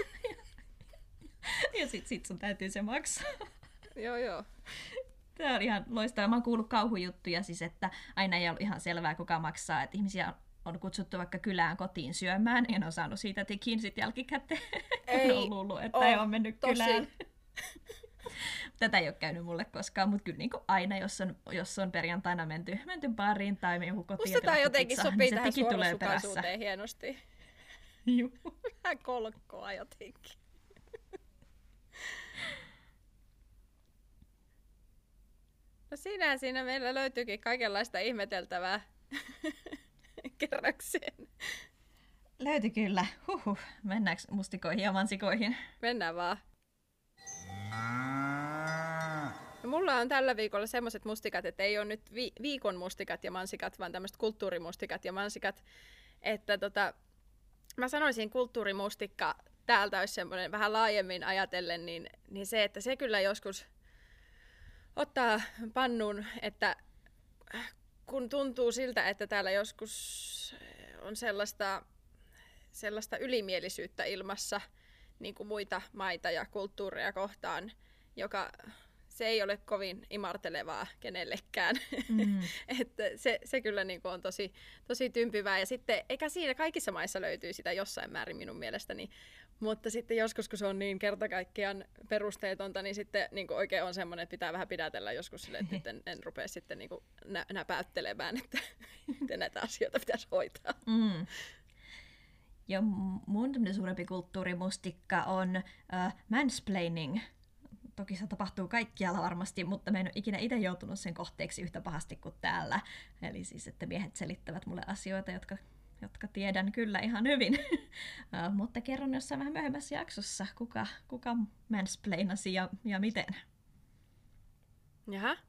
Ja sit sun täytyy se maksaa. Joo. Tämä on ihan loistavaa. Mä oon kuullut kauhujuttuja, siis, että aina ei ollut ihan selvää, kuka maksaa. Että ihmisiä on kutsuttu vaikka kylään kotiin syömään, ja ne on saanut siitä tikin sit jälkikäteen. Ei on luullut, että ei ole mennyt kylään. Tätä ei ole käynyt mulle koskaan, mutta kyllä niin kuin aina, jos on perjantaina menty baariin tai joku kotiin. Musta tämä jotenkin sopii niin tähän suorasukaisuuteen hienosti. Juu. Vähän kolkkoa jotenkin. No siinä meillä löytyykin kaikenlaista ihmeteltävää kerrakseen. Löytyi kyllä. Mennäänkö mustikoihin ja mansikoihin? Mennään vaan. No, mulla on tällä viikolla semmoiset mustikat, että ei ole nyt viikon mustikat ja mansikat, vaan tämmöiset kulttuurimustikat ja mansikat. Että mä sanoisin kulttuurimustikka täältä olisi semmoinen vähän laajemmin ajatellen, niin se, että se kyllä joskus ottaa pannun, että kun tuntuu siltä, että täällä joskus on sellaista ylimielisyyttä ilmassa niin kuin muita maita ja kulttuureja kohtaan, joka se ei ole kovin imartelevaa kenellekään. Että se kyllä niin kuin on tosi tympivää. Ja sitten, eikä siinä kaikissa maissa löytyy sitä jossain määrin minun mielestäni, mutta sitten joskus, kun se on niin kertakaikkiaan perusteetonta, niin sitten niin kuin oikein on semmoinen, että pitää vähän pidätellä joskus sille, että nyt en rupea sitten niin kuin näpäyttelemään, että miten näitä asioita pitäisi hoitaa. Ja mun suurempi kulttuurimustikka on mansplaining. Toki se tapahtuu kaikkialla varmasti, mutta mä en ole ikinä itse joutunut sen kohteeksi yhtä pahasti kuin täällä. Eli siis, että miehet selittävät mulle asioita, jotka tiedän kyllä ihan hyvin. Mutta kerron jossain vähän myöhemmässä jaksossa, kuka mansplainasi ja miten. Jaha.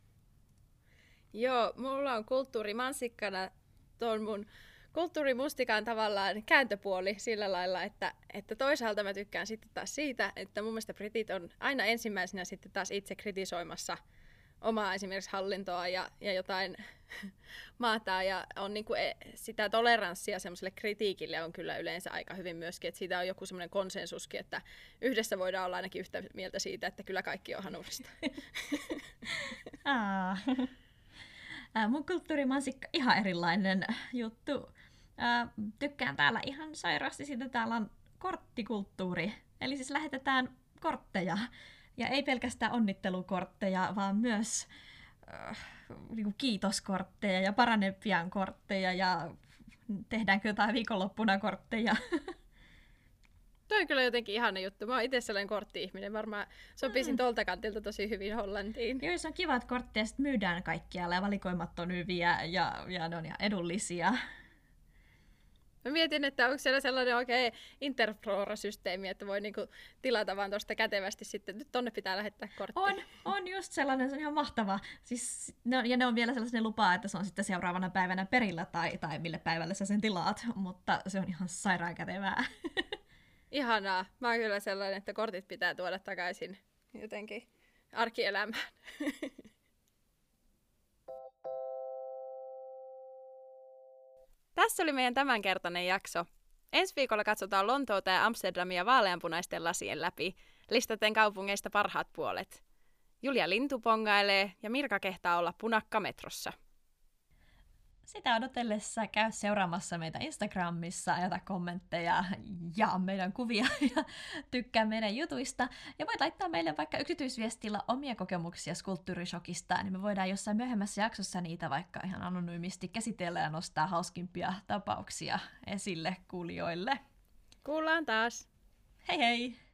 Joo, mulla on kulttuurimansikkana tuon mun kulttuurimustikan tavallaan kääntöpuoli sillä lailla, että toisaalta mä tykkään sitten taas siitä, että mun mielestä britit on aina ensimmäisenä sitten taas itse kritisoimassa omaa esimerkiksi hallintoa ja jotain maata, ja on niinku sitä toleranssia semmoiselle kritiikille on kyllä yleensä aika hyvin myöskin, että siitä on joku semmoinen konsensuskin, että yhdessä voidaan olla ainakin yhtä mieltä siitä, että kyllä kaikki on hanurista. Mun kulttuurimansikka ihan erilainen juttu. Tykkään täällä ihan sairaasti siitä, täällä on korttikulttuuri. Eli siis lähetetään kortteja. Ja ei pelkästään onnittelukortteja, vaan myös niinku kiitoskortteja ja paranepian kortteja ja tehdäänkö jotain viikonloppuna kortteja. Toi on kyllä jotenkin ihana juttu. Mä oon itse sellainen kortti-ihminen. Varmaan sopisin tolta kantilta tosi hyvin Hollantiin. Joo, se on kiva, että kortteja sit myydään kaikkialla ja valikoimat on hyviä ja ne on ihan edullisia. Mä mietin, että onko siellä sellainen oikein Interflora-systeemi, että voi niinku tilata vaan tuosta kätevästi sitten. Nyt tonne pitää lähettää kortti. On just sellainen, se on ihan mahtava. Siis, ne on vielä sellainen lupaa, että se on sitten seuraavana päivänä perillä tai mille päivälle sä sen tilaat, mutta se on ihan sairaan kätevää. Ihanaa. Mä oon kyllä sellainen, että kortit pitää tuoda takaisin jotenkin arkielämään. Tässä oli meidän tämänkertainen jakso. Ensi viikolla katsotaan Lontoota ja Amsterdamia vaaleanpunaisten lasien läpi, listaten kaupungeista parhaat puolet. Julia Lintu pongailee ja Mirka kehtaa olla punakka metrossa. Sitä odotellessa käy seuraamassa meitä Instagramissa, jätä kommentteja, jaa meidän kuvia ja tykkää meidän jutuista. Ja voit laittaa meille vaikka yksityisviestillä omia kokemuksia skulptuurishokista, niin me voidaan jossain myöhemmässä jaksossa niitä vaikka ihan anonyymisti käsitellä ja nostaa hauskimpia tapauksia esille kuulijoille. Kuullaan taas! Hei hei!